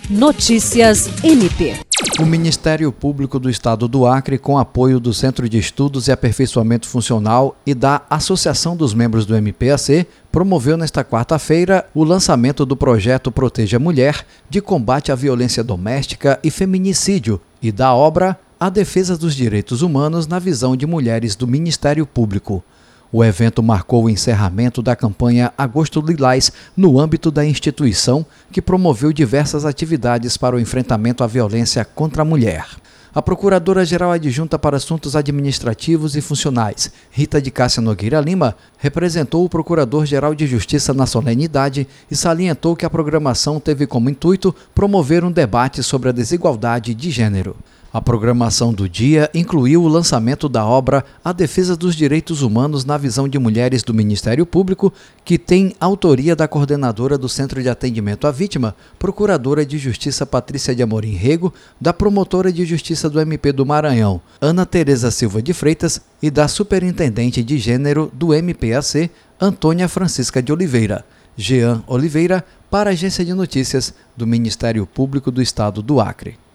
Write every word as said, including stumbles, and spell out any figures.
Notícias M P. O Ministério Público do Estado do Acre, com apoio do Centro de Estudos e Aperfeiçoamento Funcional e da Associação dos Membros do M P A C, promoveu nesta quarta-feira o lançamento do projeto Proteja a Mulher, de combate à violência doméstica e feminicídio, e da obra A Defesa dos Direitos Humanos na Visão de Mulheres do Ministério Público. O evento marcou o encerramento da campanha Agosto Lilás no âmbito da instituição, que promoveu diversas atividades para o enfrentamento à violência contra a mulher. A Procuradora-Geral Adjunta para Assuntos Administrativos e Funcionais, Rita de Cássia Nogueira Lima, representou o Procurador-Geral de Justiça na solenidade e salientou que a programação teve como intuito promover um debate sobre a desigualdade de gênero. A programação do dia incluiu o lançamento da obra A Defesa dos Direitos Humanos na Visão de Mulheres do Ministério Público, que tem autoria da coordenadora do Centro de Atendimento à Vítima, Procuradora de Justiça Patrícia de Amorim Rego, da Promotora de Justiça do M P do Maranhão, Ana Tereza Silva de Freitas, e da Superintendente de Gênero do M P A C, Antônia Francisca de Oliveira. Jean Oliveira, para a Agência de Notícias do Ministério Público do Estado do Acre.